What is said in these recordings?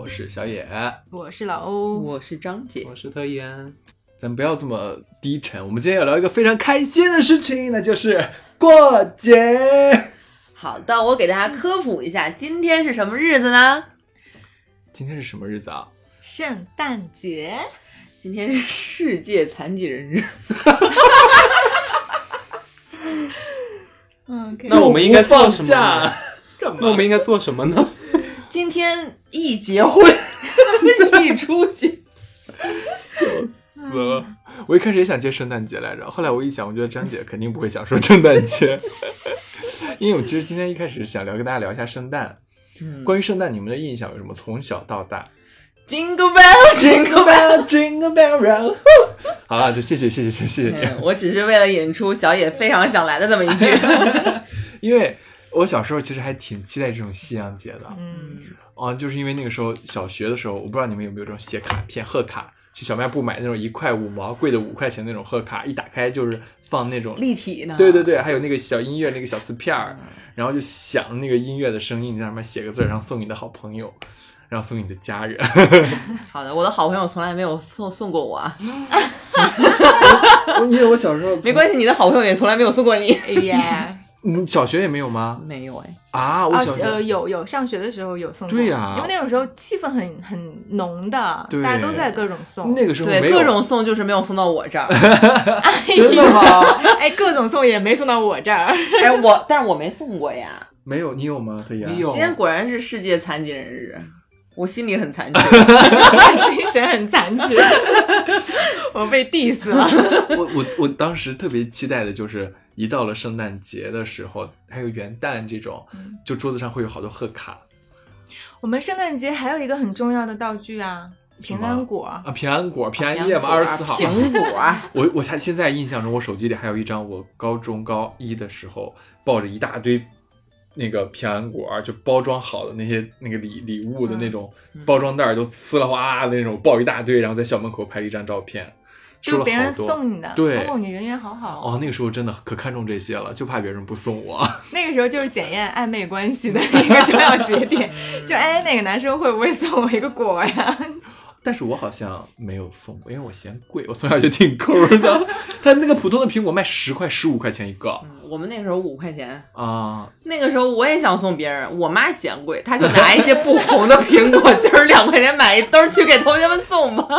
是小野， 我是老欧， 我是张姐， 我是特言。 咱不要这么低沉，我们今天要聊一个非常开心的事情，那就是过节。 好的，我给大家科普一下，今天是什么日子呢？ 今天是什么日子啊？ 圣诞节。 今天是世界残疾人日。 那我们应该做什么呢？干嘛？ 那我们应该做什么呢？ 今天一结婚，一出席。 笑死了！我一开始也想接圣诞节来着，后来我一想，我觉得张姐肯定不会想说圣诞节，因为我其实今天一开始是想跟大家聊一下圣诞。关于圣诞，你们的印象有什么？从小到大 ，Jingle bell, Jingle bell, Jingle bell round。好了，就谢谢。 我只是为了引出小野非常想来的这么一句， 因为我小时候其实还挺期待这种西洋节的。就是因为那个时候小学的时候，我不知道你们有没有这种写卡片贺卡。去小卖部买那种1块5毛贵的5块钱那种贺卡，一打开就是放那种立体的， 对，还有那个小音乐那个小磁片然后就响那个音乐的声音，你在上面写个字，然后送你的好朋友，然后送你的家人。 好的，我的好朋友从来没有送过我啊。 因为我小时候没关系，你的好朋友也从来没有送过你。 哎呀， 小学也没有吗？ 没有哎。 啊，我小学有上学的时候有送过。 对呀， 因为那种时候气氛很浓的，大家都在各种送。 那个时候没有对各种送，就是没有送到我这儿。 真的吗？ 哎，各种送也没送到我这儿。 哎，但是我没送过呀。 没有，你有吗？没有。 今天果然是世界残疾人日，我心里很残缺， 精神很残缺。我被 diss 了。 我当时特别期待的就是一到了圣诞节的时候，还有元旦这种，就桌子上会有好多贺卡。 我们圣诞节还有一个很重要的道具啊，平安果啊， 平安果，平安夜嘛，24号。 苹果。 我现在印象中，我手机里还有一张我高中高一的时候抱着一大堆那个平安果，就包装好的那些那个礼物的那种包装袋都呲了哗的那种，抱一大堆，然后在校门口拍了一张照片。 就是别人送你的， 对， 你人缘好好那个时候真的可看重这些了，就怕别人不送我。 那个时候就是检验暧昧关系的一个重要节点，就哪个男生会不会送我一个果呀？ 但是我好像没有送过，因为我嫌贵，我从小就挺抠的。他那个普通的苹果卖10块、15块钱一个。 我们那个时候5块钱啊。 那个时候我也想送别人，我妈嫌贵，她就拿一些不红的苹果，今儿2块钱买一兜去给同学们送吧。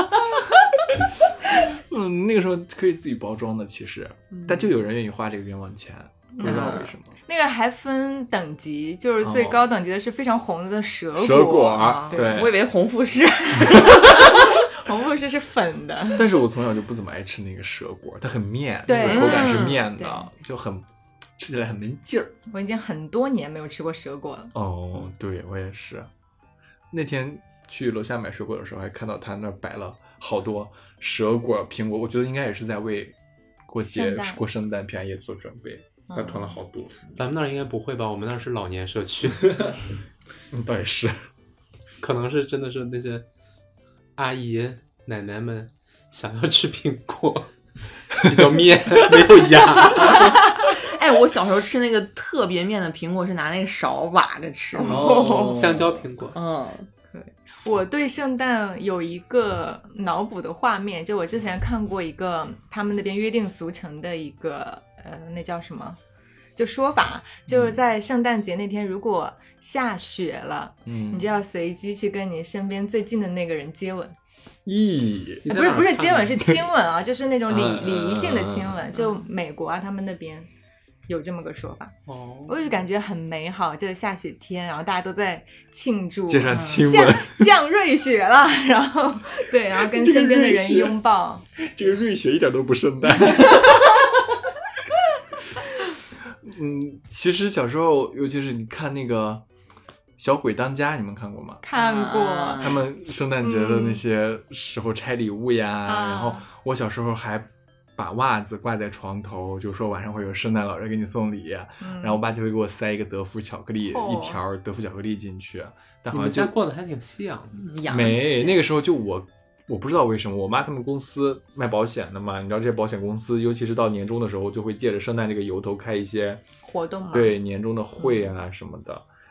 那个时候可以自己包装的，其实，但就有人愿意花这个冤枉钱，不知道为什么。 那个还分等级，就是最高等级的是非常红的蛇果，对， 我以为红富士。 红富士是粉的。 但是我从小就不怎么爱吃那个蛇果，它很面， 对， 口感是面的，就很吃起来很没劲儿。 我已经很多年没有吃过蛇果了。 对，我也是。那天去楼下买水果的时候，还看到他那摆了好多蛇果、苹果，我觉得应该也是在为过节、过圣诞、平安夜做准备。他囤了好多。 咱们那儿应该不会吧？我们那儿是老年社区。 倒也是， 可能是真的是那些阿姨奶奶们想要吃苹果，比较面，没有牙。 哎，我小时候吃那个特别面的苹果是拿那个勺挖着吃。 香蕉苹果。 对，我对圣诞有一个脑补的画面，就我之前看过一个他们那边约定俗成的一个那叫什么，就说法，就是在圣诞节那天如果下雪了，你就要随机去跟你身边最近的那个人接吻。不是接吻，是亲吻啊，就是那种礼仪性的亲吻。就美国啊，他们那边有这么个说法。我就感觉很美好，就是下雪天，然后大家都在庆祝， 街上亲吻， 降瑞雪了，然后跟身边的人拥抱。 这个瑞雪一点都不圣诞。其实小时候，尤其是你看那个小鬼当家，你们看过吗？ 看过。 他们圣诞节的那些时候拆礼物呀，然后我小时候还把袜子挂在床头，就说晚上会有圣诞老人给你送礼，然后我爸就会给我塞一个德芙巧克力，一条德芙巧克力进去。但好像你们家过得还挺西洋的。 没，那个时候就我不知道为什么，我妈他们公司卖保险的嘛，你知道这些保险公司，尤其是到年终的时候，就会借着圣诞这个由头开一些活动嘛， 对，年终的会啊什么的。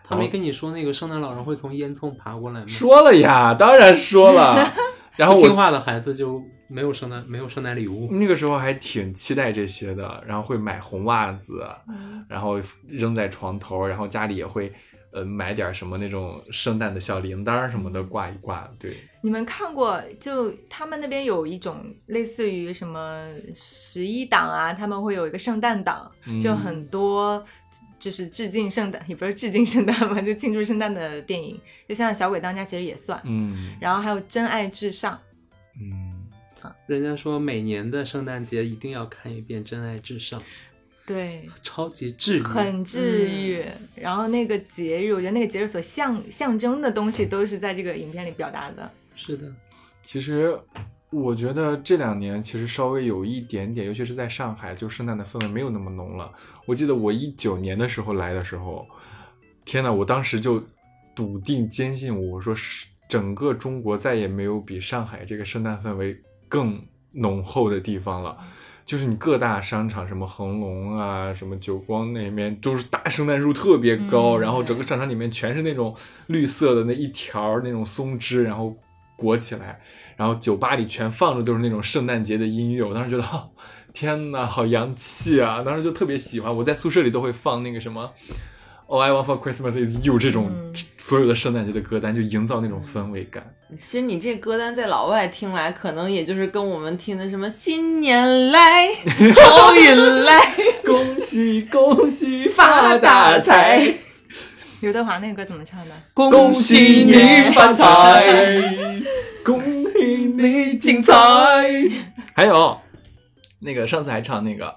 他没跟你说那个圣诞老人会从烟囱爬过来吗？ 说了呀，当然说了。然后不听话的孩子就没有圣诞礼物。 那个时候还挺期待这些的，然后会买红袜子，然后扔在床头，然后家里也会买点什么那种圣诞的小铃铛什么的挂一挂。对， 你们看过就他们那边有一种类似于什么11档啊，他们会有一个圣诞档，就很多就是致敬圣诞，也不是致敬圣诞嘛，就庆祝圣诞的电影，就像小鬼当家其实也算。然后还有真爱至上。 人家说每年的圣诞节一定要看一遍真爱至上。 对， 超级治愈， 很治愈。然后那个节日，我觉得那个节日所象征的东西都是在这个影片里表达的。 是的， 其实我觉得这2年其实稍微有一点点，尤其是在上海，就圣诞的氛围没有那么浓了。我记得我19年的时候来的时候，天哪，我当时就笃定坚信，我说整个中国再也没有比上海这个圣诞氛围更浓厚的地方了。就是你各大商场，什么恒隆啊，什么久光那边都是大圣诞树特别高，然后整个商场里面全是那种绿色的那一条那种松枝，然后裹起来，然后酒吧里全放着都是那种圣诞节的音乐。我当时觉得天哪，好洋气啊，当时就特别喜欢。我在宿舍里都会放那个什么All I Want for Christmas is You 这种所有的圣诞节的歌单，就营造那种氛围感。 其实你这歌单在老外听来，可能也就是跟我们听的什么新年来，好运来， 恭喜恭喜发大财。 刘德华那个歌怎么唱的？ 恭喜你发财，恭喜你精彩。还有那个上次还唱那个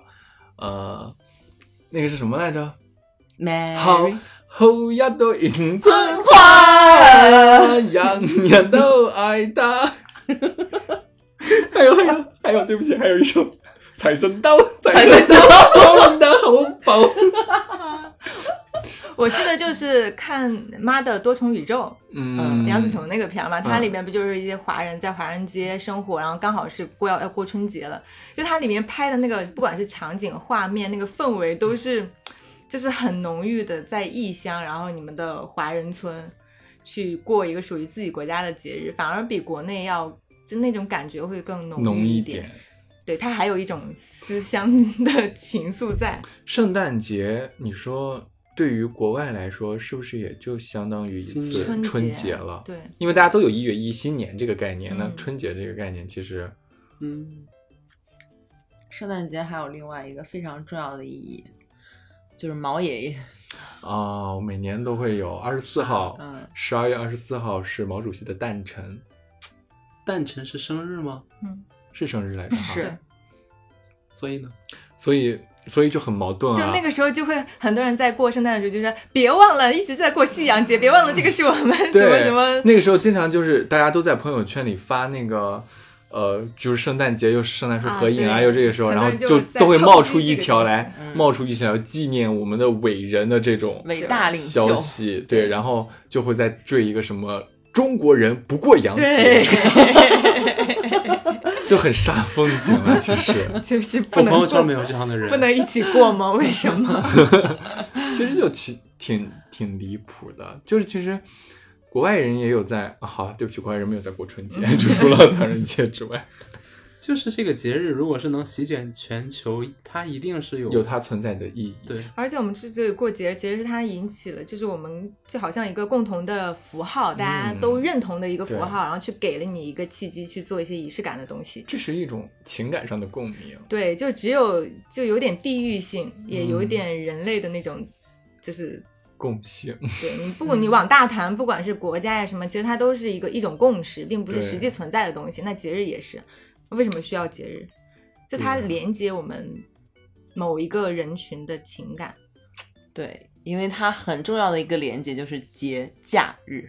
那个是什么来着？好后日都迎春花，人人都爱他。还有，对不起，还有一首财神到，财神到，我们的红包。 我记得就是看《妈的多重宇宙》，杨紫琼那个片嘛，它里面不就是一些华人在华人街生活，然后刚好是要过春节了，就它里面拍的那个不管是场景、画面，那个氛围都是。就是很浓郁的在异乡，然后你们的华人村去过一个属于自己国家的节日，反而比国内要就那种感觉会更浓郁一点。对，它还有一种思乡的情愫在。 圣诞节你说对于国外来说是不是也就相当于一次春节了？ 对， 因为大家都有1月1新年这个概念，那春节这个概念其实圣诞节还有另外一个非常重要的意义，就是毛爷爷我每年都会有24号，12月24号是毛主席的诞辰。 诞辰是生日吗？ 是生日来着。 是。 所以呢？ 所以就很矛盾啊。 就那个时候就会很多人在过圣诞的时候就说别忘了一直在过西洋节，别忘了这个是我们什么什么。 那个时候经常就是大家都在朋友圈里发那个就是圣诞节又是圣诞树合影又这个时候，然后就都会冒出一条来，冒出一条纪念我们的伟人的这种伟大领袖消息。对，然后就会再缀一个什么中国人不过洋节。就很煞风景了。其实就是我朋友圈没有这样的人， 不能一起过吗？为什么？ 其实就挺离谱的。就是其实国外人也有在好，对不起，国外人没有在过春节，就除了唐人街之外。 就是这个节日如果是能席卷全球，它一定是有它存在的意义。 对，而且我们之所以过节是它引起了就是我们就好像一个共同的符号，大家都认同的一个符号，然后去给了你一个契机去做一些仪式感的东西， 这是一种情感上的共鸣。 对，就有点地域性，也有点人类的那种就是共性。对， 你往大谈，不管是国家呀什么，其实它都是一种共识，并不是实际存在的东西。那节日也是，为什么需要节日？就它连接我们某一个人群的情感。 对，因为它很重要的一个连接就是节假日。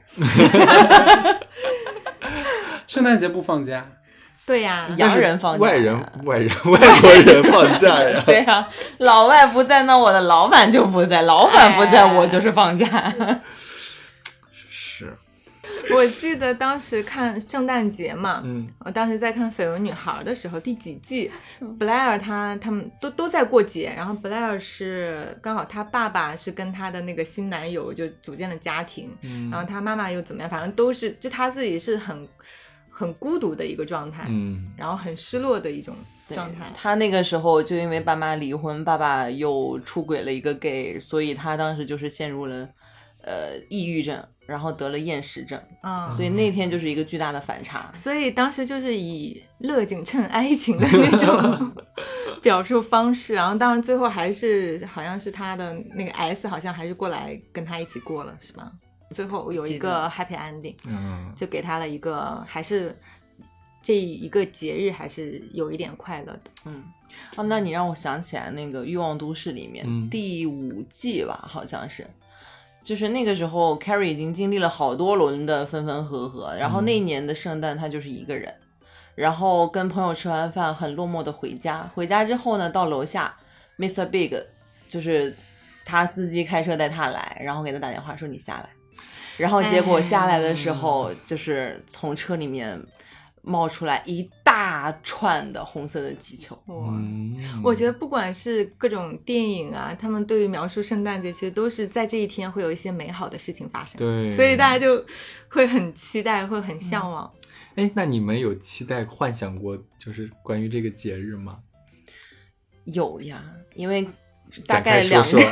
圣诞节不放假。 对呀， 洋人放假， 外国人放假呀。 对呀，老外不在，那我的老板就不在，老板不在，我就是放假。 是。 我记得当时看圣诞节嘛， 嗯， 我当时在看《绯闻女孩》的时候，第几季，布莱尔他们都在过节，然后布莱尔是刚好他爸爸是跟他的那个新男友就组建了家庭，然后他妈妈又怎么样，反正都是就他自己是很孤独的一个状态，然后很失落的一种状态。 他那个时候就因为爸妈离婚，爸爸又出轨了一个 gay， 所以他当时就是陷入了抑郁症，然后得了厌食症，所以那天就是一个巨大的反差。 所以当时就是以乐景衬哀情的那种表述方式，然后当然最后还是好像是他的那个 S 好像还是过来跟他一起过了，是吧？最后有一个 happy ending，就给他了一个还是这一个节日还是有一点快乐的。 那你让我想起来那个《欲望都市》里面，第5季吧，好像是。就是那个时候 Carrie 已经经历了好多轮的分分合合，然后那年的圣诞他就是一个人，然后跟朋友吃完饭很落寞的回家之后呢，到楼下 Mr. Big 就是他司机开车带他来，然后给他打电话说你下来，然后结果下来的时候就是从车里面冒出来一大串的红色的气球。 我觉得不管是各种电影啊，他们对于描述圣诞节其实都是在这一天会有一些美好的事情发生， 对， 所以大家就会很期待，会很向往。 那你们有期待幻想过就是关于这个节日吗？ 有呀，因为大概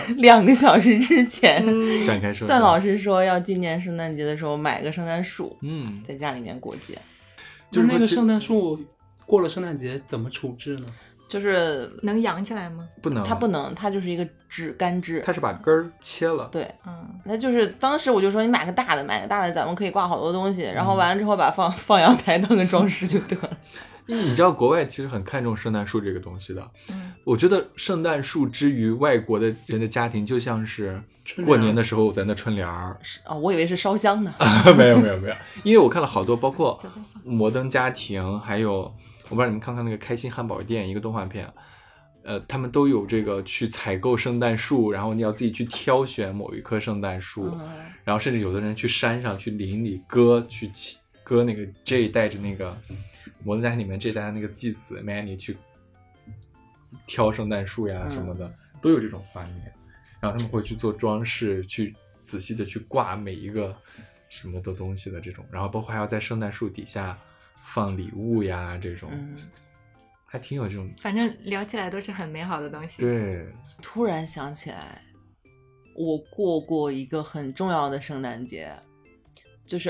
2个小时之前展开说， 段老师说要纪念圣诞节的时候买个圣诞树，在家里面过节。 就那个圣诞树过了圣诞节怎么处置呢？ 就是能养起来吗？ 不能， 它不能，它就是一个干枝， 它是把根儿切了。 对，那就是当时我就说你买个大的，咱们可以挂好多东西，然后完了之后把放阳台当个装饰就得了。 你知道国外其实很看重圣诞树这个东西的，我觉得圣诞树之于外国的人的家庭就像是过年的时候咱的春联儿。 我以为是烧香呢。 没有，因为我看了好多，包括摩登家庭，还有我不知道你们看看那个开心汉堡店一个动画片，他们都有这个去采购圣诞树，然后你要自己去挑选某一棵圣诞树，然后甚至有的人去山上去林里割那个 J 带着那个摩登家庭里面 J 带着那个继子 Manny 去挑圣诞树呀什么的，都有这种画面。然后他们会去做装饰，去仔细的去挂每一个什么的东西的这种，然后包括还要在圣诞树底下放礼物呀这种，还挺有这种， 反正聊起来都是很美好的东西。 对， 突然想起来我过一个很重要的圣诞节，就是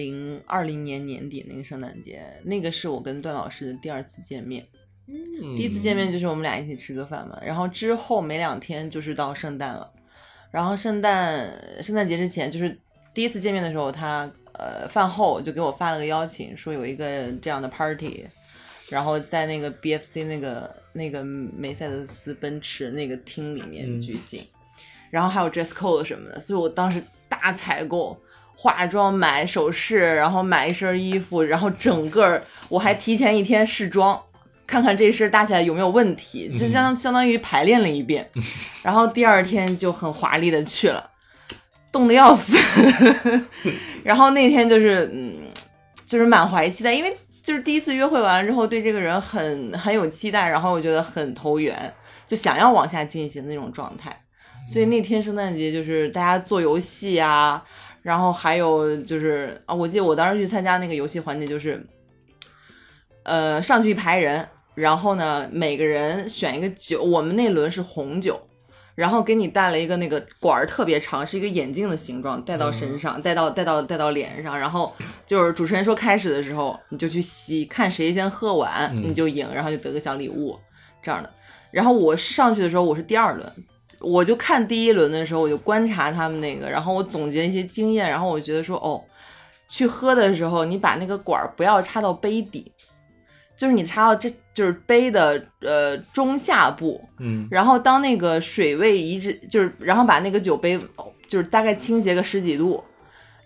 2020年年底那个圣诞节，那个是我跟段老师的第2次见面。第1次见面就是我们俩一起吃个饭嘛，然后之后没2天就是到圣诞了，然后圣诞节之前就是第1次见面的时候，他饭后就给我发了个邀请，说有一个这样的 party， 然后在那个 BFC 那个梅赛德斯奔驰那个厅里面举行，然后还有 dress code 什么的，所以我当时大采购。化妆买首饰，然后买一身衣服，然后整个我还提前1天试妆，看看这身搭起来有没有问题，就相当于排练了一遍，然后第2天就很华丽的去了，冻得要死。然后那天就是满怀期待，因为就是第1次约会完了之后对这个人很有期待，然后我觉得很投缘，就想要往下进行那种状态。所以那天圣诞节就是大家做游戏啊，然后还有就是我记得我当时去参加那个游戏环节，就是上去一排人，然后呢每个人选一个酒，我们那轮是红酒，然后给你带了一个那个管特别长，是一个眼镜的形状，戴到身上，戴到脸上，然后就是主持人说开始的时候你就去吸，看谁先喝完你就赢，然后就得个小礼物这样的。然后我上去的时候我是第2轮，我就看第1轮的时候我就观察他们那个，然后我总结一些经验，然后我觉得说去喝的时候你把那个管不要插到杯底，就是你插到就是杯的中下部，然后当那个水位一直就是然后把那个酒杯就是大概倾斜个10几度，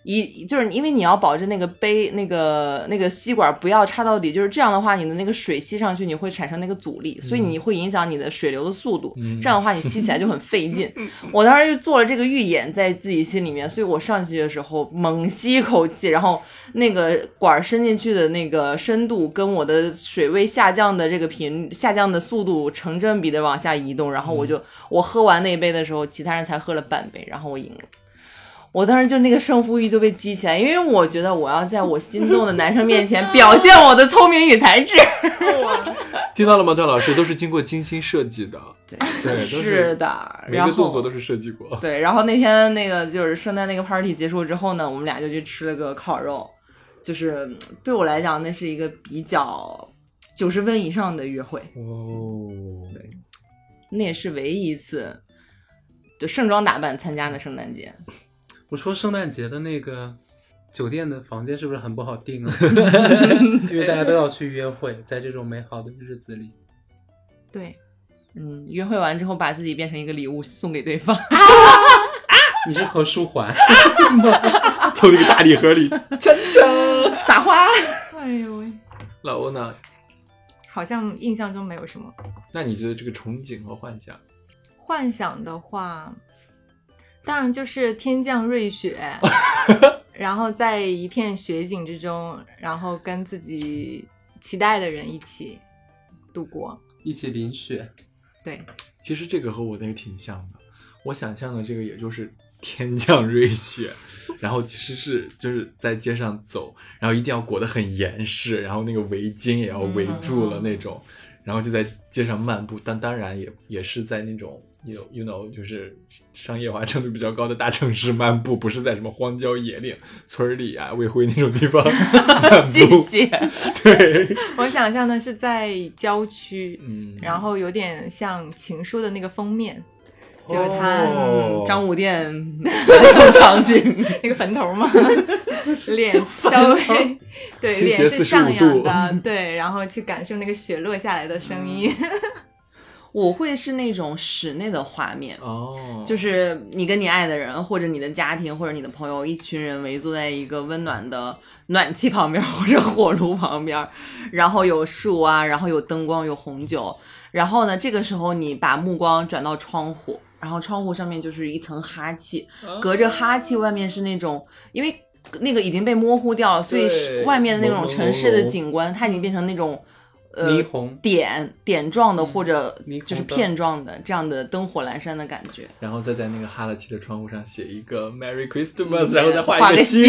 就是因为你要保证那个杯那个吸管不要插到底，就是这样的话你的那个水吸上去你会产生那个阻力，所以你会影响你的水流的速度，这样的话你吸起来就很费劲。我当时就做了这个预演在自己心里面，所以我上去的时候猛吸一口气，然后那个管伸进去的那个深度跟我的水位下降的这个下降的速度成正比的往下移动，然后我喝完那一杯的时候其他人才喝了半杯，然后我赢了。我当时就那个胜负欲就被激起来，因为我觉得我要在我心动的男生面前表现我的聪明与才智。 听到了吗，段老师？都是经过精心设计的。对， 是的， 每个动作都是设计过。 对，然后那天那个就是圣诞那个 party 结束之后呢，我们俩就去吃了个烤肉，就是对我来讲那是一个比较90分以上的约会。 哦， 对，那也是唯一一次就盛装打扮参加的圣诞节。 我说圣诞节的那个酒店的房间是不是很不好订啊？因为大家都要去约会，在这种美好的日子里。 对， 约会完之后把自己变成一个礼物送给对方。 你是何书桓？ 从那个大礼盒里锵锵撒花。 哎呦喂， 老欧呢？ 好像印象中没有什么。 那你觉得这个憧憬和幻想？ 幻想的话，当然就是天降瑞雪，然后在一片雪景之中，然后跟自己期待的人一起度过， 一起淋雪。 对， 其实这个和我那个挺像的，我想象的这个也就是天降瑞雪，然后其实是就是在街上走，然后一定要裹得很严实，然后那个围巾也要围住了那种，然后就在街上漫步，但当然也是在那种you know 就是商业化程度比较高的大城市漫步，不是在什么荒郊野岭村里啊卫辉那种地方漫步。 谢谢。 对， 我想象的是在郊区，然后有点像情书的那个封面，就是他张武店那种场景， 那个坟头嘛，脸稍微对脸是上扬的，对，然后去感受那个雪落下来的声音。 我会是那种室内的画面，就是你跟你爱的人，或者你的家庭，或者你的朋友，一群人围坐在一个温暖的暖气旁边或者火炉旁边，然后有树啊，然后有灯光，有红酒，然后呢，这个时候你把目光转到窗户，然后窗户上面就是一层哈气，隔着哈气外面是那种，因为那个已经被模糊掉了，所以外面的那种城市的景观它已经变成那种霓虹点状的或者就是片状的这样的灯火阑珊的感觉， 然后再在那个哈了气的窗户上写一个 Merry Christmas，然后再画一个心。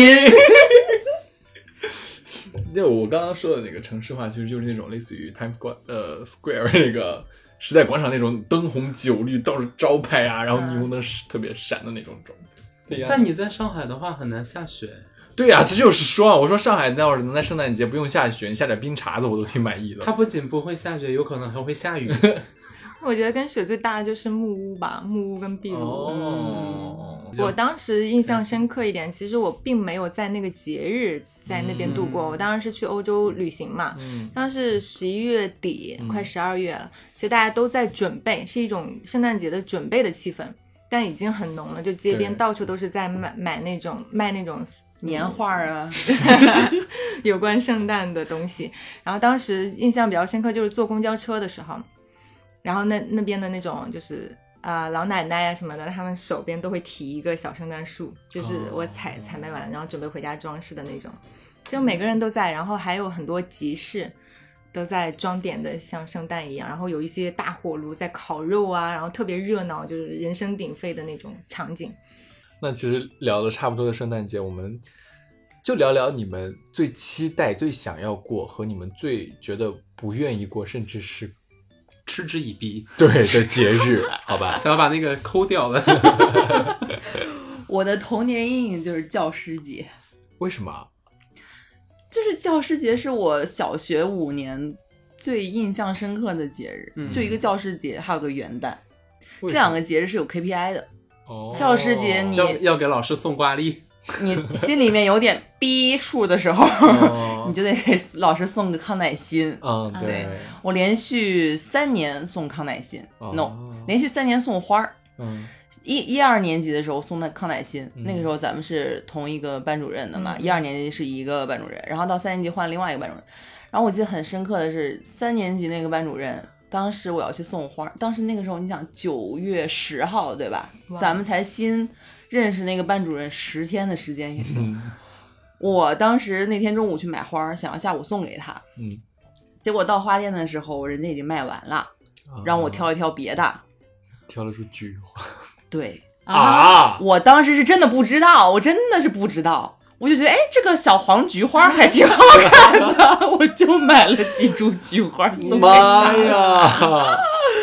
就我刚刚说的那个城市化，其实就是那种类似于 Times Square 那个时代广场那种灯红酒绿，到处招牌啊，然后霓虹灯特别闪的那种状态。 但你在上海的话很难下雪。 对呀，这就是说啊，我说上海要是能在圣诞节不用下雪，你下点冰碴子我都挺满意的。 它不仅不会下雪，有可能还会下雨。 我觉得跟雪最大的就是木屋吧，木屋跟壁炉。我当时印象深刻一点，其实我并没有在那个节日在那边度过，我当时是去欧洲旅行嘛，当时11月底，快12月了，其实大家都在准备，是一种圣诞节的准备的气氛，但已经很浓了，就街边到处都是在卖那种年画啊有关圣诞的东西。然后当时印象比较深刻就是坐公交车的时候，然后那边的那种就是老奶奶啊什么的，他们手边都会提一个小圣诞树，就是我采买完然后准备回家装饰的那种，就每个人都在，然后还有很多集市都在装点的像圣诞一样，然后有一些大火炉在烤肉啊，然后特别热闹，就是人声鼎沸的那种场景。 那其实聊了差不多的圣诞节，我们就聊聊你们最期待最想要过和你们最觉得不愿意过甚至是嗤之以鼻对的节日好吧， 想要把那个抠掉了。 我的童年阴影就是教师节。 为什么？ 就是教师节是我小学5年最印象深刻的节日，就一个教师节还有个元旦，这两个节日是有 KPI 的。教师节你要给老师送挂历， 你心里面有点逼数的时候你就得给老师送个康乃馨。 对， 我连续3年送康乃馨，连续3年送花儿。 12年级的时候送康乃馨，那个时候咱们是同一个班主任的嘛，12年级是一个班主任，然后到3年级换另外一个班主任。然后我记得很深刻的是3年级那个班主任，当时我要去送花，当时那个时候你想9月10号对吧？咱们才新认识那个班主任10天的时间也就。我当时那天中午去买花，想要下午送给他，结果到花店的时候人家已经卖完了，让我挑一挑别的， 挑了出菊花。 对啊！ 我当时是真的不知道，我真的是不知道，我就觉得这个小黄菊花还挺好看的，我就买了几株菊花送给他。 妈呀！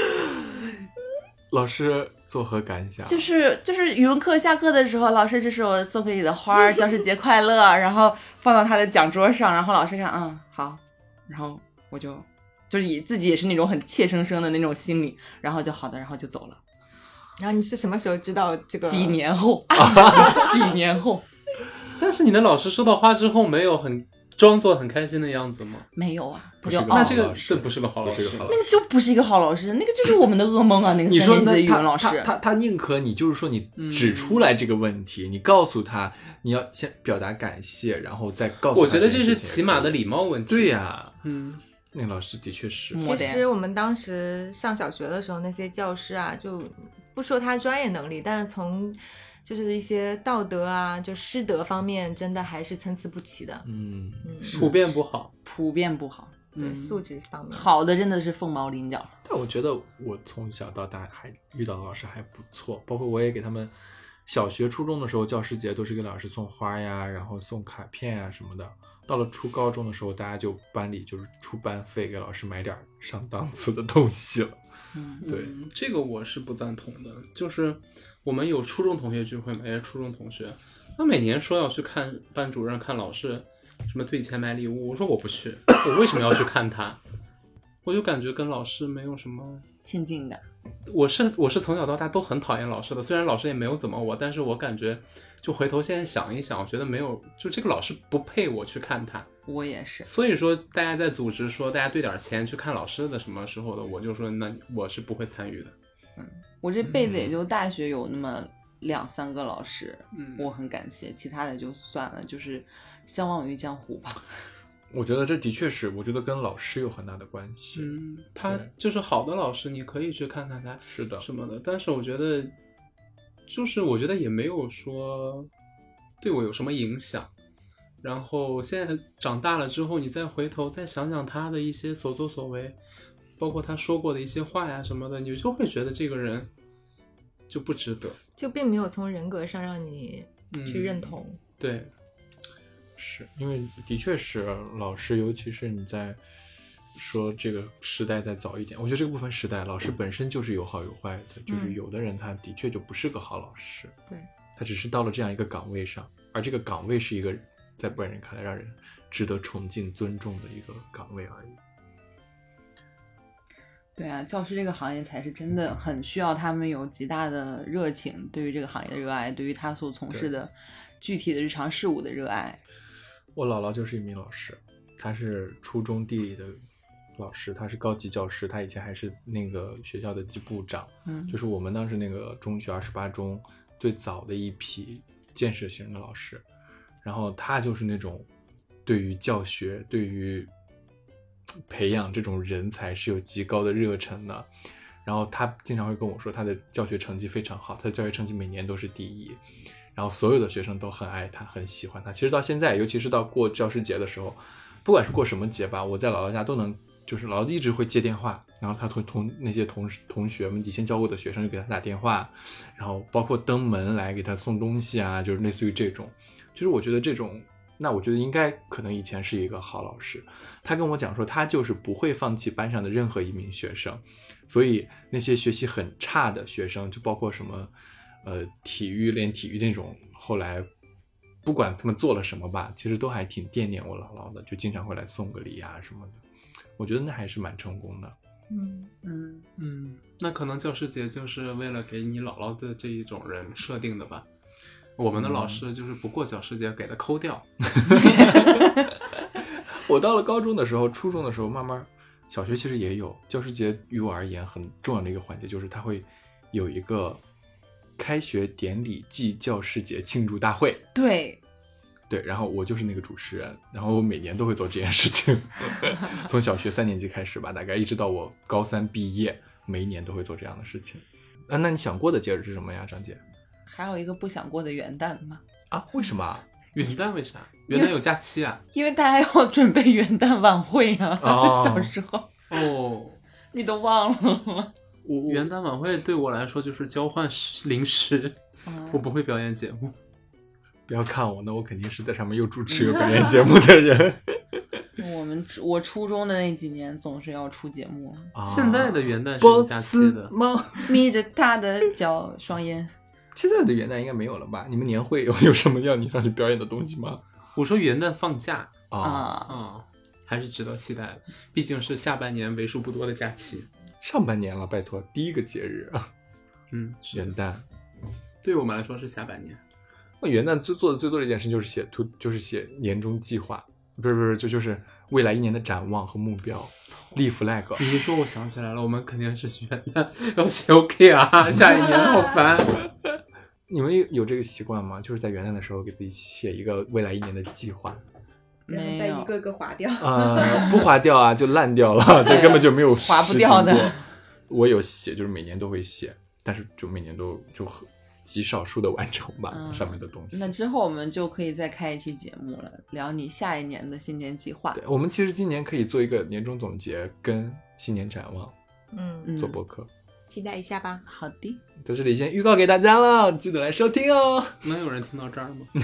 老师作何感想？ 就是语文课下课的时候，老师这是我送给你的花，教师节快乐，然后放到他的讲桌上，然后老师看，好，然后我就是以自己也是那种很怯生生的那种心理，然后就好的，然后就走了。 然后你是什么时候知道这个？ 几年后，几年后。 但是你的老师收到花之后没有很装作很开心的样子吗？ 没有啊， 不是个那这不是个好老师， 那个就不是一个好老师，那个就是我们的噩梦啊！那个3年级的语文老师， 他宁可你就是说你指出来这个问题，你告诉他你要先表达感谢，然后再告诉他。 我觉得这是起码的礼貌问题。 对呀，那个老师的确是。 其实我们当时上小学的时候，那些教师啊，就不说他专业能力，但是从就是一些道德啊，就师德方面，真的还是参差不齐的。 普遍不好， 对，素质方面好的真的是凤毛麟角。 但我觉得我从小到大还遇到的老师还不错，包括我也给他们小学初中的时候教师节都是给老师送花呀，然后送卡片呀什么的。到了初高中的时候，大家就班里就是出班费给老师买点上档次的东西了。对， 这个我是不赞同的。就是我们有初中同学聚会，每个初中同学，他每年说要去看班主任、看老师，什么退钱买礼物，我说我不去，我为什么要去看他？我就感觉跟老师没有什么亲近感。 我是从小到大都很讨厌老师的，虽然老师也没有怎么我，但是我感觉就回头现在想一想，我觉得没有，就这个老师不配我去看他。 我也是。 所以说大家在组织说大家兑点钱去看老师的什么时候的，我就说那我是不会参与的。 我这辈子也就大学有那么2-3个老师，我很感谢，其他的就算了，就是相忘于江湖吧。 我觉得这的确是，我觉得跟老师有很大的关系。 他就是好的老师，你可以去看看他， 是的， 什么的。但是我觉得，我觉得也没有说对我有什么影响。然后现在长大了之后，你再回头再想想他的一些所作所为，包括他说过的一些话呀什么的，你就会觉得这个人就不值得， 就并没有从人格上让你去认同。 对。 是因为的确是老师，尤其是你在说这个时代再早一点，我觉得这个部分时代老师本身就是有好有坏的，就是有的人他的确就不是个好老师， 对， 他只是到了这样一个岗位上，而这个岗位是一个在不然人看来让人值得崇敬尊重的一个岗位而已。 对啊，教师这个行业才是真的很需要他们有极大的热情，对于这个行业的热爱，对于他所从事的具体的日常事务的热爱。 我姥姥就是一名老师，她是初中地理的老师，她是高级教师，她以前还是那个学校的级部长，就是我们当时那个中学28中最早的一批建设型的老师。然后她就是那种对于教学，对于培养这种人才是有极高的热忱的。然后她经常会跟我说，她的教学成绩非常好，她的教学成绩每年都是第1。然后所有的学生都很爱他，很喜欢他。其实到现在，尤其是到过教师节的时候，不管是过什么节吧，我在姥姥家都能，就是姥姥一直会接电话，然后他同那些同学们以前教过的学生就给他打电话，然后包括登门来给他送东西啊，就是类似于这种。其实我觉得这种，那我觉得应该可能以前是一个好老师。他跟我讲说，他就是不会放弃班上的任何一名学生，所以那些学习很差的学生，就包括什么练体育那种，后来不管他们做了什么吧，其实都还挺惦念我姥姥的，就经常会来送个礼啊什么的。我觉得那还是蛮成功的。 那可能教师节就是为了给你姥姥的这一种人设定的吧。我们的老师就是不过教师节给他抠掉。 我到了高中的时候，初中的时候，慢慢小学其实也有教师节。于我而言很重要的一个环节就是它会有一个开学典礼暨教师节庆祝大会。 对， 然后我就是那个主持人，然后我每年都会做这件事情，从小学3年级开始吧，大概一直到我高3毕业，每一年都会做这样的事情。那你想过的节日是什么呀，张姐？ 还有一个不想过的元旦嘛。 啊，为什么啊？ 元旦为啥？元旦有假期啊？ 因为大家要准备元旦晚会啊。 哦小时候哦， 你都忘了吗？ 元旦晚会对我来说就是交换零食，我不会表演节目。 不要看我，那我肯定是在上面又主持又表演节目的人。 我初中的那几年总是要出节目。 现在的元旦是有假期的吗？ 眯着他的脚，双眼。 现在的元旦应该没有了吧？你们年会有什么要你让你表演的东西吗？ 我说元旦放假还是值得期待的，毕竟是下半年为数不多的假期。 上半年了，拜托，第一个节日。元旦对我们来说是下半年。 我元旦做的最多的一件事就是写年终计划，不是，就是未来1年的展望和目标，立 flag。 你一说我想起来了，我们肯定是元旦要写 OKR，下一年好烦。 你们有这个习惯吗？就是在元旦的时候给自己写一个未来1年的计划， 没有， 再一个个划掉。 不划掉啊，就烂掉了，这根本就没有划不掉的。 我有写，就是每年都会写，但是就每年都就极少数的完成吧，上面的东西。 那之后我们就可以再开一期节目了，聊你下一年的新年计划。 对，我们其实今年可以做一个年终总结跟新年展望，做播客。 期待一下吧。 好的， 在这里先预告给大家了，记得来收听哦。 能有人听到这儿吗？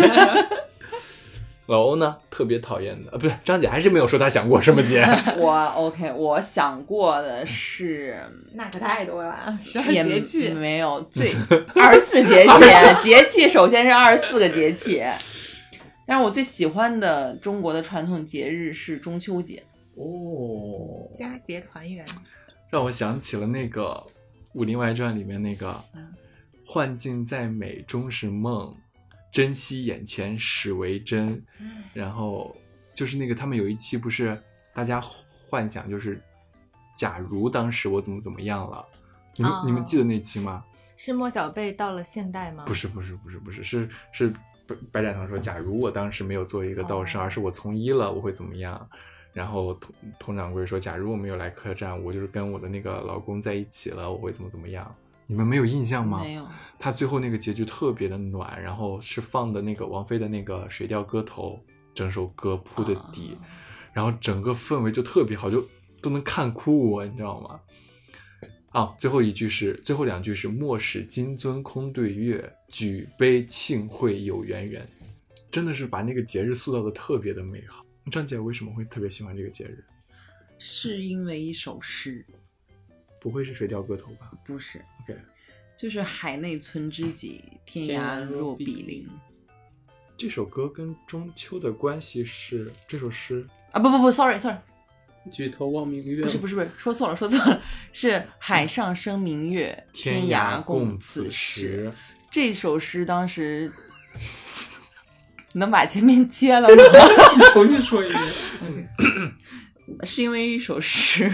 老欧呢，特别讨厌的，不是张姐还是没有说她想过什么节。 我想过的是， 那可太多了，12 也节气没有24节气，节气首先是24个节气。但是我最喜欢的中国的传统节日是中秋节。 佳节团圆。 让我想起了那个《武林外传》里面那个幻境再美终是梦，珍惜眼前始为真。然后就是那个他们有一期不是大家幻想，就是假如当时我怎么样了，你们记得那期吗？ 是莫小贝到了现代吗？ 不是，是白展堂说，假如我当时没有做一个道士，而是我从医了，我会怎么样？然后佟掌柜说，假如我没有来客栈，我就是跟我的那个老公在一起了，我会怎么样？你们没有印象吗？ 没有。他最后那个结局特别的暖，然后是放的那个王菲的那个《水调歌头》，整首歌铺的底，然后整个氛围就特别好，就都能看哭我，你知道吗？最后2句是莫使金樽空对月，举杯庆会有缘人，真的是把那个节日塑造的特别的美好。张姐为什么会特别喜欢这个节日？ 是因为一首诗。 不会是水调歌头吧？ 不是。 OK， 就是海内存知己，天涯若比邻。 这首歌跟中秋的关系是这首诗啊？不 ，sorry， 举头望明月。 不是，说错了，是海上生明月，天涯共此时。这首诗当时能把前面切了吗？ 你重新说一遍。 是因为一首诗。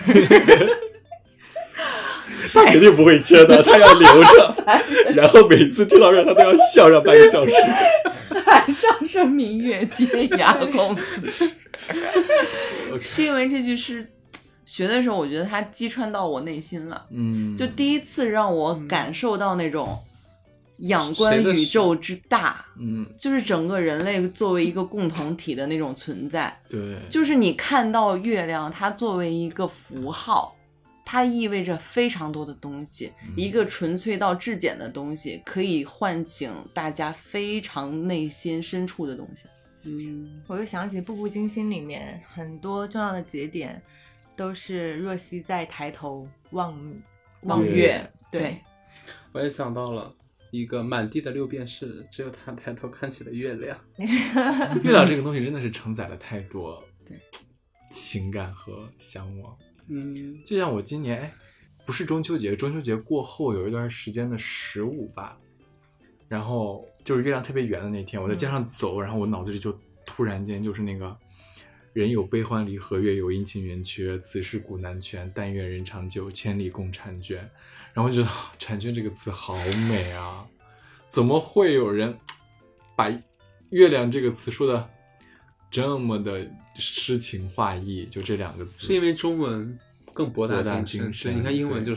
他肯定不会切的，他要留着，然后每次听到这他都要笑上半个小时。 海上生明月，天涯共此时。是因为这句诗学的时候，我觉得它击穿到我内心了。就第一次让我感受到那种仰观宇宙之大，就是整个人类作为一个共同体的那种存在。 对， 就是你看到月亮，它作为一个符号，它意味着非常多的东西，一个纯粹到至简的东西，可以唤醒大家非常内心深处的东西。 我又想起《步步惊心》里面很多重要的节点都是若曦在抬头望月。对， 我也想到了一个满地的六便士，只有他抬头看起了月亮。 月亮这个东西真的是承载了太多情感和向往。就像我今年不是中秋节，中秋节过后有一段时间的15吧，然后就是月亮特别圆的那天，我在街上走，然后我脑子里就突然间就是那个人有悲欢离合，月有阴晴圆缺，此事古难全。但愿人长久，千里共婵娟。然后觉得婵娟这个词好美啊，怎么会有人把月亮这个词说的这么的诗情画意？就这2个字， 是因为中文更博大精深。对，你看英文就是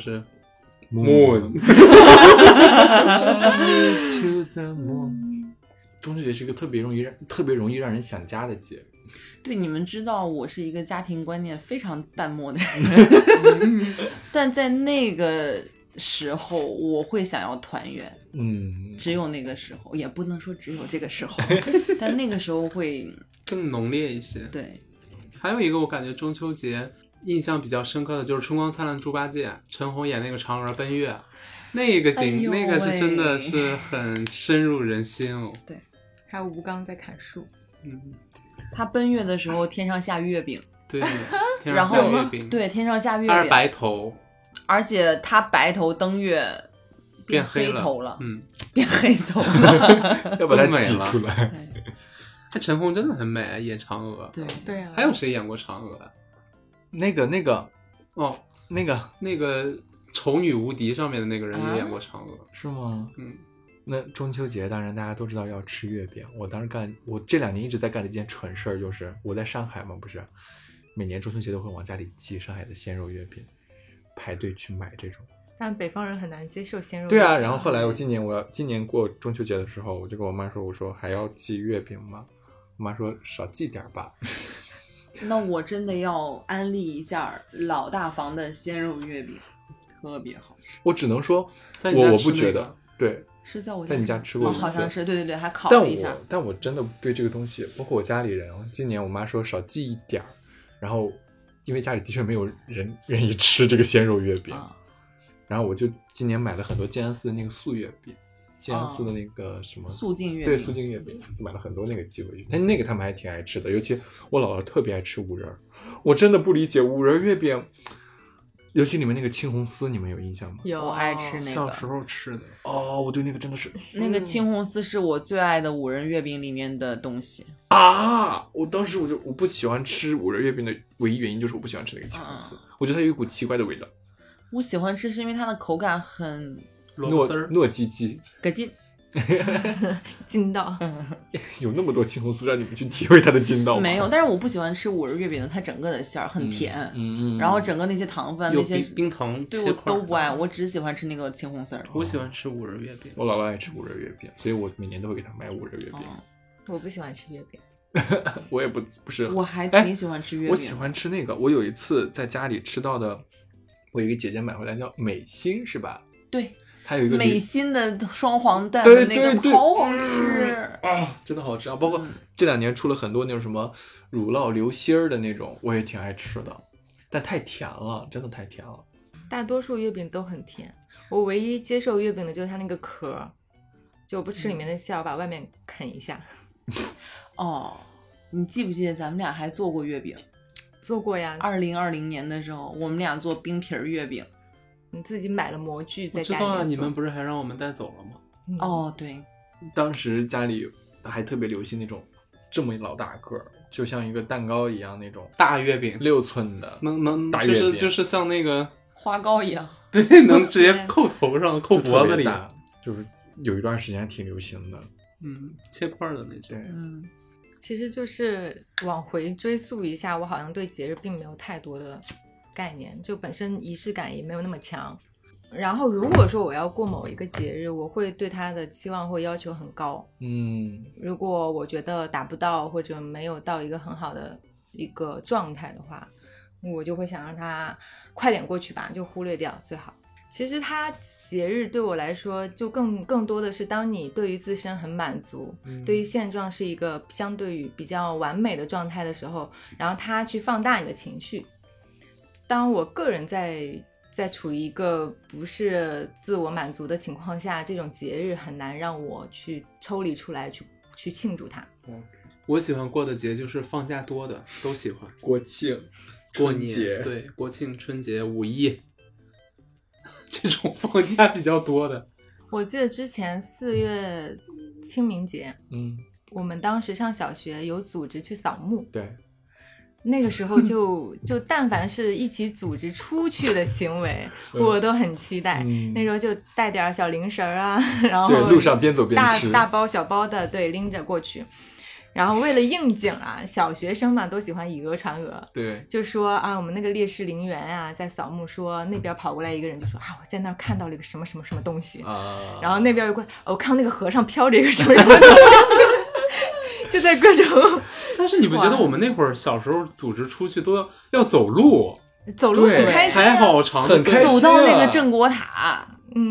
moon。To the moon。中秋节是一个特别容易让人想家的节。 对，你们知道我是一个家庭观念非常淡漠的人，但在那个时候我会想要团圆。只有那个时候，也不能说只有这个时候，但那个时候会更浓烈一些。 对， 还有一个我感觉中秋节印象比较深刻的就是《春光灿烂猪八戒》，陈红演那个嫦娥奔月，那个景，那个是真的是很深入人心哦。 对， 还有吴刚在砍树。 他奔月的时候天上下月饼， 对，天上下月饼， 对，天上下月饼， 二白头， 而且他白头登月变黑头了， 变黑头了， 要把它挤出来。 那陈红真的很美啊，演嫦娥。 对啊， 还有谁演过嫦娥？ 那个哦，那个丑女无敌上面的那个人也演过嫦娥， 是吗？那中秋节当然大家都知道要吃月饼，我这2年一直在干的一件蠢事儿，就是我在上海嘛，不是每年中秋节都会往家里寄上海的鲜肉月饼，排队去买这种。 但北方人很难接受鲜肉月饼。 对啊，然后后来今年过中秋节的时候，我就跟我妈说，我说还要寄月饼吗？我妈说少寄点吧。 那我真的要安利一下老大房的鲜肉月饼，特别好吃。 我只能说，我不觉得，对， 是在我在你家吃过一次， 好像是，对，还烤了一下。 但我真的对这个东西，包括我家里人，今年我妈说少寄一点儿，然后因为家里的确没有人愿意吃这个鲜肉月饼，然后我就今年买了很多静安寺的那个素月饼。静安寺的那个什么素净月饼， 对，素净月饼买了很多那个寄回去，但那个他们还挺爱吃的，尤其我姥姥特别爱吃五仁，我真的不理解五仁月饼，尤其里面那个青红丝，你们有印象吗？ 有，我爱吃那个， 小时候吃的。 哦，我对那个真的是， 那个青红丝是我最爱的五仁月饼里面的东西啊！我当时我不喜欢吃五仁月饼的唯一原因就是我不喜欢吃那个青红丝，我觉得它有一股奇怪的味道。 我喜欢吃是因为它的口感很糯唧唧， 咯劲， 筋道。 有那么多青红丝让你们去体会它的筋道吗？ 没有，但是我不喜欢吃五仁月饼的，它整个的馅儿很甜，然后整个那些糖分那些冰糖， 对我都不爱，我只喜欢吃那个青红丝。 我喜欢吃五仁月饼， 我姥姥爱吃五仁月饼，所以我每年都会给她买五仁月饼。 我不喜欢吃月饼。 我也不是， 我还挺喜欢吃月饼。 我喜欢吃那个，我有一次在家里吃到的，我有一个姐姐买回来叫美心，是吧？ 对， 它有一个美心的双黄蛋的那个好好吃啊，真的好吃啊！包括这2年出了很多那种什么乳酪流心儿的那种，我也挺爱吃的，但太甜了，真的太甜了。 大多数月饼都很甜，我唯一接受月饼的就是它那个壳，就我不吃里面的馅，我把外面啃一下。 哦，你记不记得咱们俩还做过月饼？ 做过呀 ，2020年的时候，我们俩做冰皮月饼。 你自己买了模具在家里面做。 我知道啊，你们不是还让我们带走了吗？ 哦，对， 当时家里还特别流行那种这么老大个，就像一个蛋糕一样那种大月饼 ，6寸的， 能大月饼， 就是像那个花糕一样， 对，能直接扣头上，扣脖子里， 就是有一段时间还挺流行的， 切块的那种， 对， 其实就是往回追溯一下，我好像对节日并没有太多的概念，就本身仪式感也没有那么强。然后如果说我要过某一个节日，我会对它的期望或要求很高。如果我觉得达不到或者没有到一个很好的一个状态的话，我就会想让它快点过去吧，就忽略掉最好。其实它节日对我来说就更多的是当你对于自身很满足，对于现状是一个相对于比较完美的状态的时候，然后它去放大你的情绪。当我个人在处于一个不是自我满足的情况下，这种节日很难让我去抽离出来去庆祝它。 我喜欢过的节就是放假多的都喜欢， 国庆、 过年，对，国庆、春节、五一这种放假比较多的。 我记得之前4月清明节，我们当时上小学有组织去扫墓， 对， 那个时候就但凡是一起组织出去的行为，我都很期待。那时候就带点小零食啊，然后对，路上边走边吃， 大包小包的，对，拎着过去。然后为了应景啊，小学生嘛都喜欢以讹传讹， 对， 就说啊，我们那个烈士陵园啊，在扫墓，说那边跑过来一个人就说啊，我在那儿看到了一个什么什么什么东西，然后那边又过来，我看到那个河上飘着一个什么什么东西，就在各种。 但是你不觉得我们那会儿小时候组织出去都要走路？ 走路很开心、啊， 排好长， 很开心、啊， 走到那个镇国塔，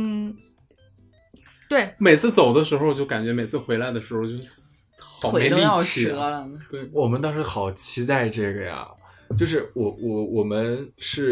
对， 每次走的时候就感觉每次回来的时候就好没力气了。 对，我们当时好期待这个呀，就是我是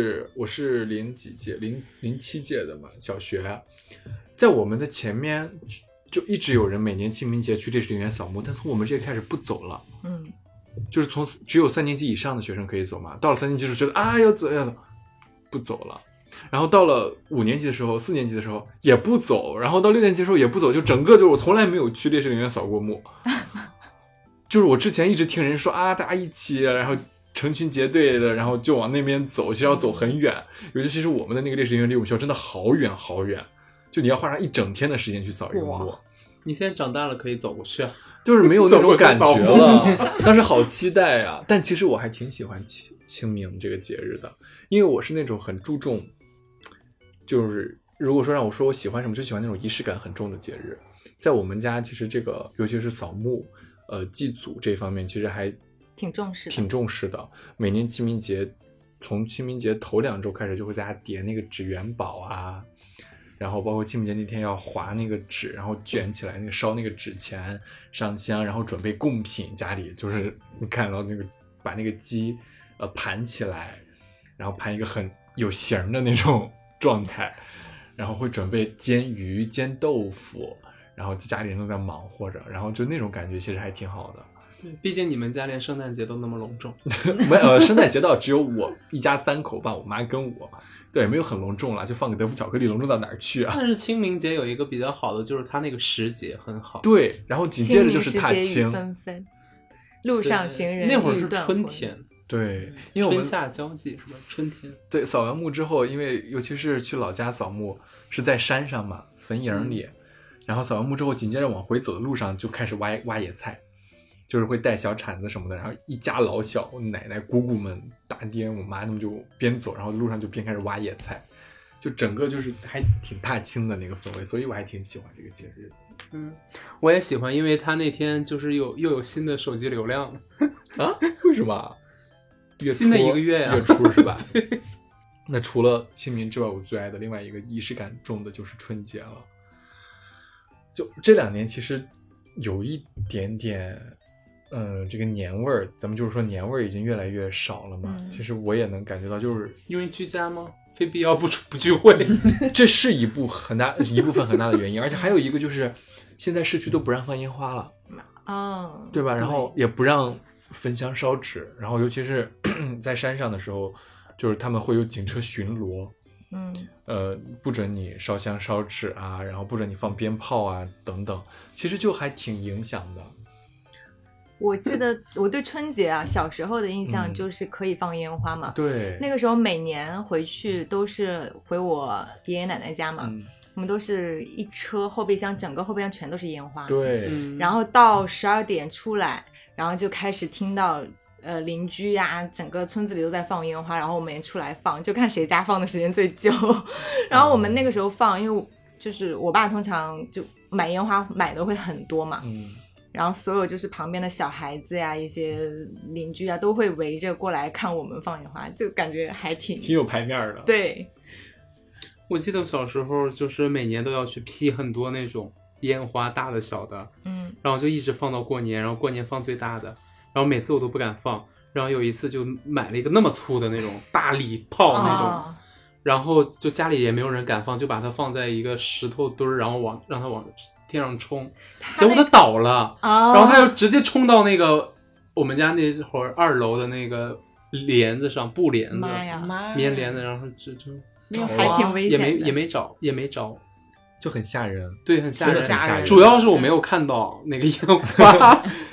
07届的嘛，小学，在我们的前面就一直有人每年清明节去烈士陵园扫墓，但从我们这届开始不走了，就是从只有3年级以上的学生可以走嘛，到了3年级的时候觉得啊要走，不走了。然后到了5年级的时候，4年级的时候也不走，然后到6年级的时候也不走，就整个就是我从来没有去烈士陵园扫过墓。就是我之前一直听人说啊，大家一起，然后成群结队的，然后就往那边走，其实要走很远。尤其是我们的那个烈士陵园离我们学校真的好远好远，就你要花上一整天的时间去扫一个墓。 你现在长大了可以走过去啊， 就是没有那种感觉了。当时好期待啊！但其实我还挺喜欢清明这个节日的，因为我是那种很注重，就是如果说让我说我喜欢什么，就喜欢那种仪式感很重的节日。在我们家，其实这个尤其是扫墓。祭祖这方面其实还挺重视的。 每年清明节，从清明节头2周开始，就会在家叠那个纸元宝啊，然后包括清明节那天要划那个纸，然后卷起来那个烧那个纸钱，上香，然后准备贡品，家里就是你看到那个把那个鸡盘起来，然后盘一个很有形的那种状态，然后会准备煎鱼、煎豆腐。然后家里人都在忙活着，然后就那种感觉其实还挺好的。 对，毕竟你们家连圣诞节都那么隆重。 没有，圣诞节倒只有我一家3口吧，我妈跟我，对，没有很隆重了，就放个德芙巧克力，隆重到哪儿去啊？ 但是清明节有一个比较好的，就是它那个时节很好。 对，然后紧接着就是踏青， 纷纷，路上行人那会儿是春天。 对，因为我们春夏交际是吧？春天。 对，扫完墓之后，因为尤其是去老家扫墓是在山上嘛，坟茔里。然后扫完墓之后，紧接着往回走的路上就开始挖野菜，就是会带小铲子什么的，然后一家老小，我奶奶、姑姑们、大爹、我妈他们就边走，然后路上就边开始挖野菜，就整个就是还挺踏青的那个氛围，所以我还挺喜欢这个节日的。 我也喜欢，因为他那天就是又有新的手机流量了啊？为什么？ 新的1个月呀， 月初是吧？那除了清明之外，我最爱的另外一个仪式感重的就是春节了。就这2年其实有一点点这个年味儿，咱们就是说年味儿已经越来越少了嘛。其实我也能感觉到，就是因为居家吗？非必要不聚会， 这是一部分很大的原因，而且还有一个就是现在市区都不让放烟花了，对吧？然后也不让焚香烧纸，然后尤其是在山上的时候，就是他们会有警车巡逻。不准你烧香烧纸啊，然后不准你放鞭炮啊等等，其实就还挺影响的。 我记得我对春节啊，小时候的印象就是可以放烟花嘛。 对， 那个时候每年回去都是回我爷爷奶奶家嘛，我们都是一车后备箱，整个后备箱全都是烟花。 对， 然后到12点出来，然后就开始听到邻居呀，整个村子里都在放烟花，然后我们也出来放，就看谁家放的时间最久。然后我们那个时候放，因为就是我爸通常就买烟花买的会很多嘛，然后所有就是旁边的小孩子呀，一些邻居啊，都会围着过来看我们放烟花，就感觉还挺有排面的。 对， 我记得小时候就是每年都要去批很多那种烟花，大的小的，然后就一直放到过年，然后过年放最大的。然后每次我都不敢放，然后有一次就买了一个那么粗的那种大礼炮那种，然后就家里也没有人敢放，就把它放在一个石头堆儿，然后让它往天上冲，结果它倒了，然后它就直接冲到那个我们家那会儿2楼的那个帘子上，布帘子，棉帘子，然后就还挺危险的， 也没着。 就很吓人， 对，很吓人， 真的很吓人。 主要是我没有看到那个烟花，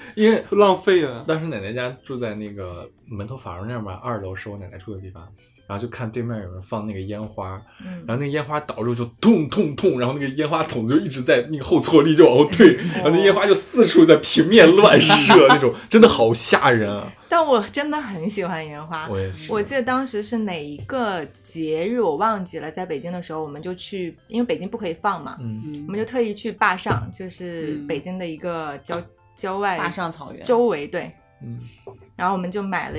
因为浪费了。 当时奶奶家住在那个门头房那儿嘛，2楼是我奶奶住的地方，然后就看对面有人放那个烟花，然后那个烟花倒之后就痛痛痛，然后那个烟花筒就一直在那个后坐力就往后退，然后那烟花就四处在平面乱射那种，真的好吓人啊！ 但我真的很喜欢烟花， 我也是。 我记得当时是哪一个节日我忘记了，在北京的时候我们就去，因为北京不可以放嘛，我们就特意去坝上，就是北京的一个郊外坝上草原周围，对，然后我们就买了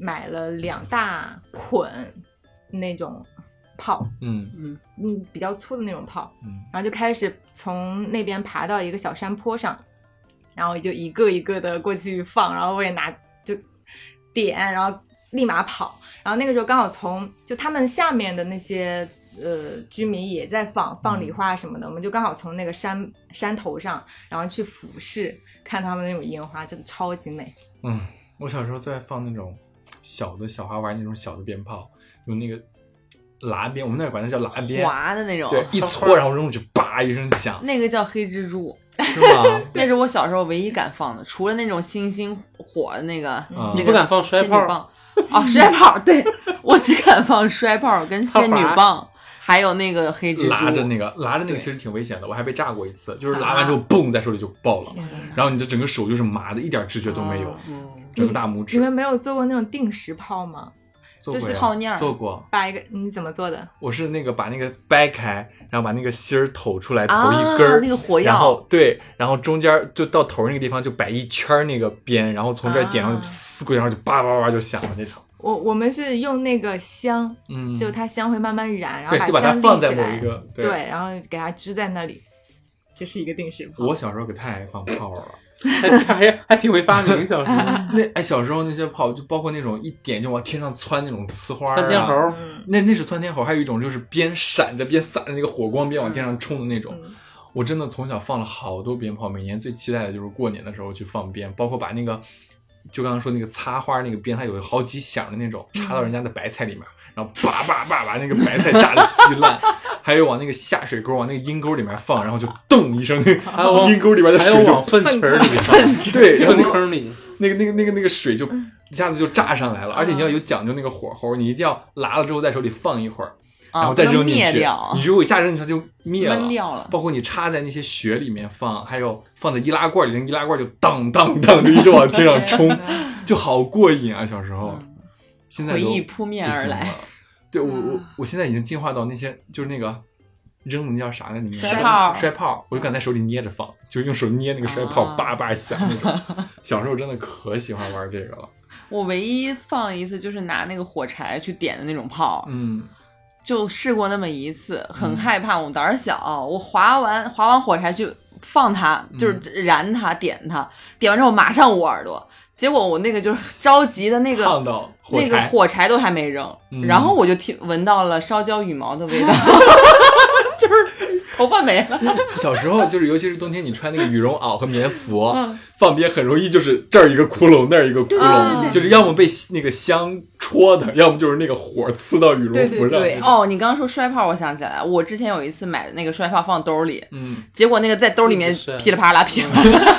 2大捆那种炮，比较粗的那种炮，然后就开始从那边爬到一个小山坡上，然后就一个一个的过去放，然后我也拿就点，然后立马跑，然后那个时候刚好就他们下面的那些居民也在放礼花什么的，我们就刚好从那个山头上，然后去俯视看他们那种烟花，真的超级美。 我小时候最爱放那种小孩玩那种小的鞭炮，用那个拉鞭，我们那儿管它叫拉鞭， 滑的那种， 对，一搓然后扔出去，叭一声响， 那个叫黑蜘蛛。 是吗？ 那是我小时候唯一敢放的，除了那种星星火的那个， 你不敢放摔炮棒啊？摔炮，对，我只敢放摔炮跟仙女棒，还有那个黑蜘蛛。 拉着那个其实挺危险的，我还被炸过一次，就是拉完之后嘣在手里就爆了，然后你的整个手就是麻的，一点知觉都没有，整个大拇指。 你们没有做过那种定时炮吗？ 就是泡面做过， 你怎么做的？ 我是那个把那个掰开，然后把那个芯儿投出来，投一根儿， 那个火药， 然后对，然后中间就到头那个地方就摆一圈那个边，然后从这儿点上就呲过去，然后就叭叭叭就响了那种。 我们是用那个香，就它香会慢慢燃，然后就把它放在某一个对，然后给它支在那里，这是一个定时炮。 我小时候可太爱放炮了。 还挺会发明，小时候小时候那些炮就包括那种一点就往天上窜那种呲花窜天猴， 那是窜天猴，还有一种就是边闪着边洒着那个火光边往天上冲的那种。我真的从小放了好多鞭炮，每年最期待的就是过年的时候去放鞭，包括把那个就刚刚说那个擦花那个鞭，它有好几响的那种，插到人家的白菜里面，然后叭叭叭把那个白菜炸得稀烂。还有往那个下水沟，往那个阴沟里面放，然后就咚一声，那个阴沟里边的水就往粪池里放， 对，然后坑里那个水就一下子就炸上来了，而且你要有讲究那个火候，你一定要拉了之后在手里放一会儿，然后再扔进去，你如果一下扔进去它就灭了， 闷掉了。 包括你插在那些雪里面放，还有放在易拉罐里，那易拉罐就当当当就一直往天上冲，就好过瘾啊！小时候，现在回忆扑面而来。 对，我现在已经进化到那些就是那个扔的那叫啥来？你们摔炮，我就敢在手里捏着放，就用手捏那个摔炮，叭叭响那种。小时候真的可喜欢玩这个了。 我唯一放一次就是拿那个火柴去点的那种炮，就试过那么一次，很害怕，我胆儿小，我划完火柴去放它，就是燃它，点它，点完之后马上捂耳朵。结果我那个就是着急的那个火柴都还没扔，然后我就闻到了烧焦羽毛的味道，就是头发没了。 小时候就是尤其是冬天，你穿那个羽绒袄和棉服，放鞭很容易就是这儿一个窟窿那儿一个窟窿，就是要么被那个香戳的，要么就是那个火呲到羽绒服上。 对，哦，你刚刚说摔炮，我想起来，我之前有一次买那个摔炮放兜里，结果那个在兜里面噼里啪啦噼里啪啦。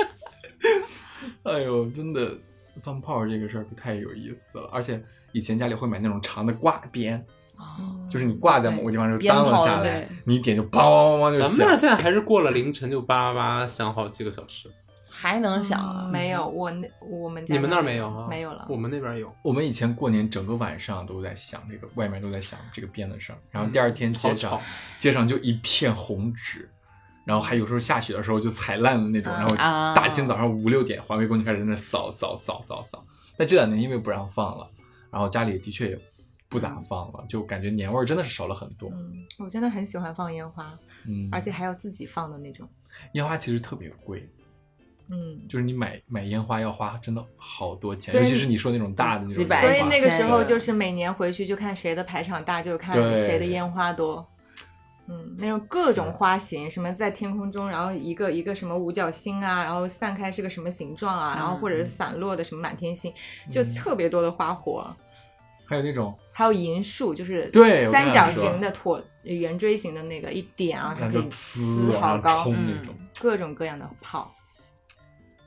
哎呦，真的放炮这个事儿可太有意思了，而且以前家里会买那种长的挂鞭，就是你挂在某个地方就当了下来，你一点就梆梆梆就响。 咱们那儿现在还是过了凌晨就叭叭响好几个小时， 还能响啊？ 没有，我们家你们那儿没有啊？ 没有了， 我们那边有。 我们以前过年整个晚上都在响这个，外面都在响这个鞭的声，然后第二天街上就一片红纸。然后还有时候下雪的时候就踩烂了那种，然后大清早上5、6点，环卫工就开始在那扫。但这2年因为不让放了，然后家里的确也不咋放了，就感觉年味儿真的是少了很多。 我真的很喜欢放烟花，而且还有自己放的那种。 烟花其实特别贵，就是你买烟花要花真的好多钱，尤其是你说那种大的那种， 所以那个时候就是每年回去就看谁的排场大，就是看谁的烟花多。那种各种花型，什么在天空中，然后一个什么五角星啊，然后散开是个什么形状啊，然后或者是散落的什么满天星，就特别多的花火。 还有那种， 还有银树，就是三角形的圆锥形的那个一点啊，它可以呲好高， 那种各种各样的炮。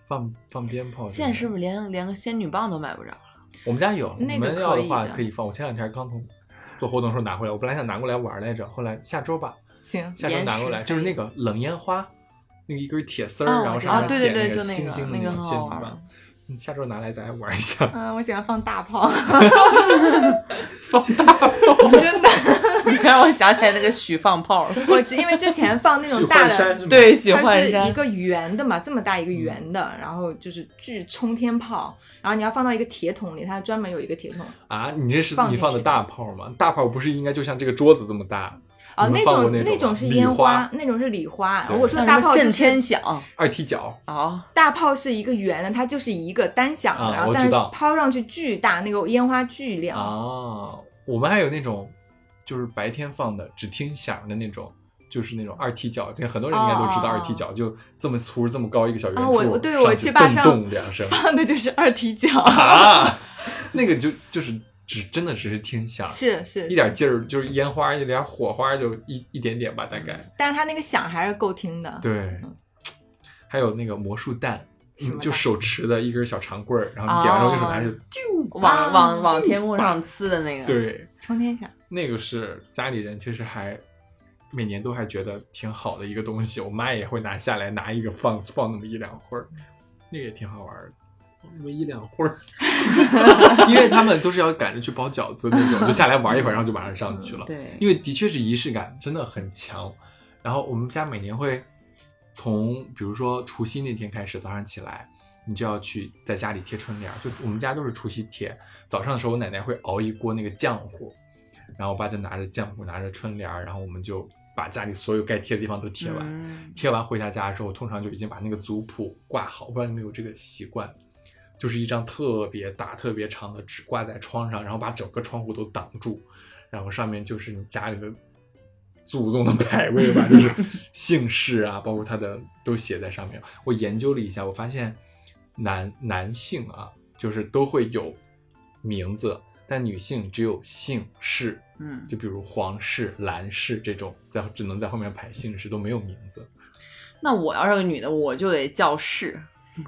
放鞭炮。 现在是不是连个仙女棒都买不着了？ 我们家有， 那个你们要的话可以的可以放。我前2天刚从做活动时候拿回来，我本来想拿过来玩来着，后来下周吧， 行， 下周拿过来， 延时就是那个冷烟花，那个一根铁丝儿， 哦然后我知道上面对对对， 点个就星星那个很种仙好玩女棒。下周拿来咱还玩一下。 我喜欢放大炮， 放大炮， 真的。 你让我想起来那个许放炮了。 因为之前放那种大的， 许幻山是吗？ 对，许它幻山是一个圆的嘛，这么大一个圆的，然后就是巨冲天炮，然后你要放到一个铁桶里，它专门有一个铁桶。 啊，你这是放进去你放的大炮吗？大炮不是应该就像这个桌子这么大？ 哦， 你们那放过那种是礼烟花， 那种是礼花。 对我说的大炮震就是天响 2踢脚。 啊！ 大炮是一个圆的，它就是一个单响的， 啊然后但是我知道抛上去巨大，那个烟花巨亮。 啊，我们还有那种就是白天放的只听响的那种，就是那种2踢脚，对，很多人应该都知道2踢脚，就这么粗这么高一个小圆柱， 我去坝上咚咚2声放的就是2踢脚。 啊，那个就是真的只是听响， 是一点劲儿，就是烟花一点火花就一点点吧，大概。 但是它那个响还是够听的。 对，还有那个魔术弹， 什么弹就手持的一根小长棍儿，然后你点完之后一手拿就啾， 往天空上呲的那个。， 对， 冲天响。 那个是家里人其实还每年都还觉得挺好的一个东西，我妈也会拿下来拿一个放那么1-2会儿，那个也挺好玩的。 那么1-2会儿， 因为他们都是要赶着去包饺子那种，就下来玩一会儿，然后就马上上去了。 对， 因为的确是仪式感真的很强。然后我们家每年会从比如说除夕那天开始，早上起来你就要去在家里贴春联，就我们家都是除夕贴。早上的时候我奶奶会熬一锅那个浆糊，然后我爸就拿着浆糊拿着春联，然后我们就把家里所有该贴的地方都贴完。贴完回家的时候，我通常就已经把那个族谱挂好，不知道你们有这个习惯，就是一张特别大特别长的纸挂在窗上，然后把整个窗户都挡住，然后上面就是你家里的祖宗的牌位吧，就是姓氏啊，包括他的都写在上面。我研究了一下，我发现男性啊，就是都会有名字，但女性只有姓氏。就比如黄氏、蓝氏这种，只能在后面排姓氏，都没有名字。 那我要是个女的，我就得叫氏。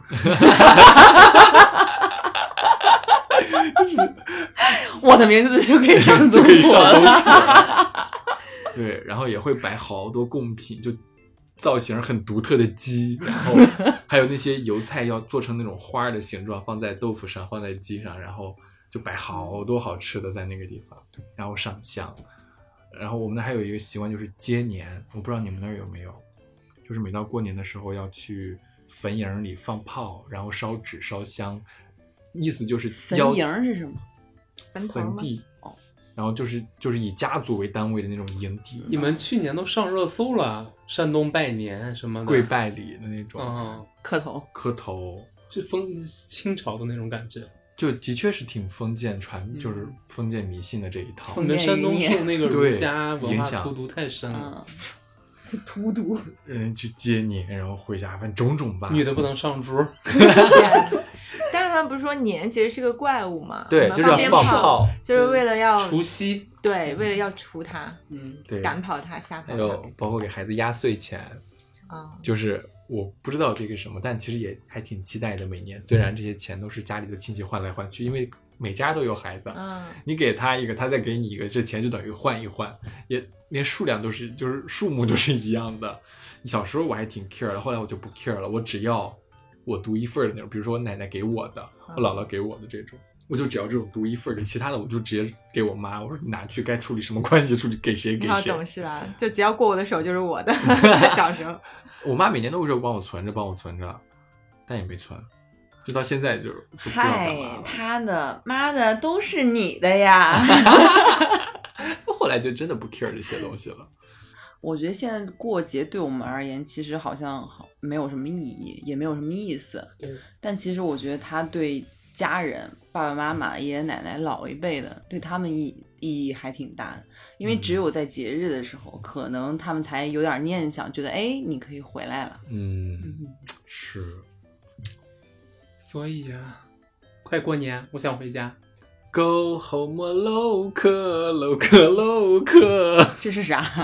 我的名字就可以上就可以上了。 都了。对，然后也会摆好多贡品，就造型很独特的鸡，然后还有那些油菜要做成那种花的形状，放在豆腐上，放在鸡上，然后就摆好多好吃的在那个地方，然后上香。然后我们那还有一个习惯就是接年，我不知道你们那儿有没有，就是每到过年的时候要去坟茔里放炮，然后烧纸烧香，意思就是坟茔是什么？ 坟地。然后就是以家族为单位的那种营地。 你们去年都上热搜了，山东拜年什么的， 跪拜礼的那种， 磕头， 就清朝的那种感觉， 就的确是挺封建就是封建迷信的这一套。 你们山东受那个儒家文化荼毒太深了。 荼毒， 去接年，然后回家，反正种种吧。 女的不能上桌。 但是他们不是说年其实是个怪物吗？ 对，就是要放炮， 就是为了要除夕。 对，为了要除它， 对， 赶跑它，吓跑它。 还有包括给孩子压岁钱，就是我不知道这个什么，但其实也还挺期待的。每年虽然这些钱都是家里的亲戚换来换去，因为每家都有孩子，你给他一个，他再给你一个，这钱就等于换一换，也连数量都是，就是数目都是一样的。小时候我还挺 care 的，后来我就不 care 了，我只要我独一份的那种，比如说我奶奶给我的，我姥姥给我的这种，我就只要这种独一份的，其他的我就直接给我妈，我说你拿去该处理什么关系处理，给谁给谁。 好懂事啊，就只要过我的手就是我的。小时候， 我妈每年都会说帮我存着，但也没存。就到现在就不知道干嘛了。 他的妈的都是你的呀。 后来就真的不 care 这些东西了。 我觉得现在过节对我们而言其实好像没有什么意义，也没有什么意思。但其实我觉得他对家人，爸爸妈妈、爷爷奶奶、老一辈的，对他们意义还挺大的。因为只有在节日的时候，可能他们才有点念想，觉得哎，你可以回来了。 是。 所以呀，快过年，我想回家。 Go home 楼客， 这是啥？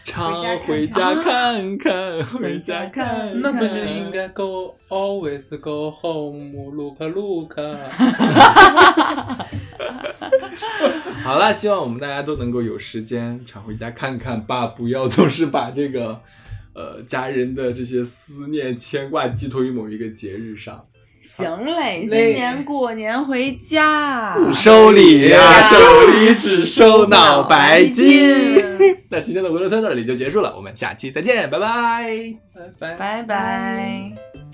常回家看看，回家看看。 那不是应该 go always go home look look？ 好了，希望我们大家都能够有时间常回家看看吧，不要总是把这个家人的这些思念牵挂寄托于某一个节日上。 行嘞，今年过年回家不收礼呀，收礼只收脑白金。那今天的维罗村到这里就结束了，我们下期再见，拜拜， 拜拜。